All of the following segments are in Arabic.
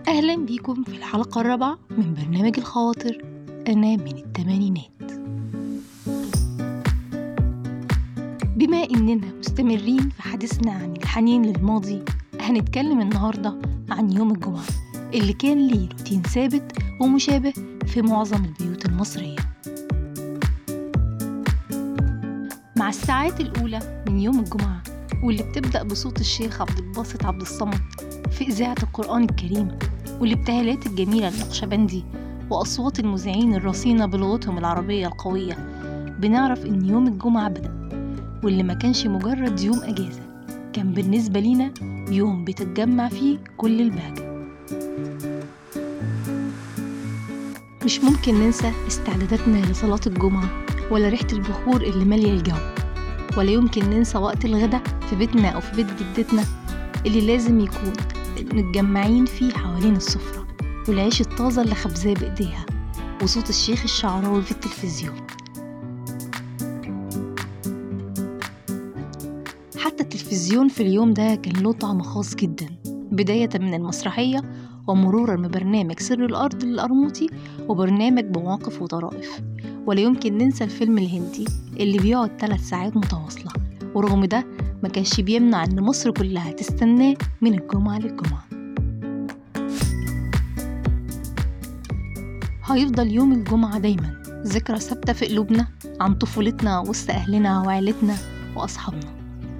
أهلا بيكم في الحلقة الرابعة من برنامج الخواطر. أنا من الثمانينات. بما إننا مستمرين في حديثنا عن الحنين للماضي، هنتكلم النهاردة عن يوم الجمعة اللي كان ليه روتين ثابت ومشابه في معظم البيوت المصرية. مع الساعات الأولى من يوم الجمعة واللي بتبدأ بصوت الشيخ عبد الباسط عبد الصمد في إذاعة القرآن الكريم، والابتهالات الجميلة النقشبندي، وأصوات المذيعين الرصينة بلغتهم العربية القوية، بنعرف إن يوم الجمعة بدأ، واللي ما كانش مجرد يوم أجازة، كان بالنسبة لينا يوم بتتجمع فيه كل البهجة. مش ممكن ننسى استعداداتنا لصلاة الجمعة، ولا ريحة البخور اللي مالية الجو، ولا يمكن ننسى وقت الغداء في بيتنا أو في بيت جدتنا اللي لازم يكون متجمعين فيه حوالين السفرة، والعيش الطازة اللي خبزاه بإيديها، وصوت الشيخ الشعراوي في التلفزيون. حتى التلفزيون في اليوم ده كان له طعم خاص جدا، بداية من المسرحية ومرورا ببرنامج سر الأرض للأرموطي وبرنامج مواقف وطرائف. ولا يمكن ننسى الفيلم الهندي اللي بيقعد 3 ساعات متواصلة، ورغم ده ما كانش بيمنع ان مصر كلها تستناه من الجمعة للجمعة. هيفضل يوم الجمعة دايما ذكرى ثابتة في قلوبنا عن طفولتنا وسط أهلنا وعائلتنا وأصحابنا.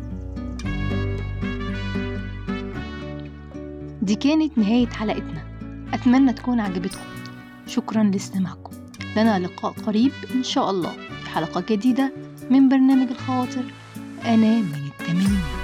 دي كانت نهاية حلقتنا، أتمنى تكون عجبتكم. شكرا لاستماعكم، لنا لقاء قريب إن شاء الله في حلقة جديدة من برنامج الخواطر. أنا من الثمانينات.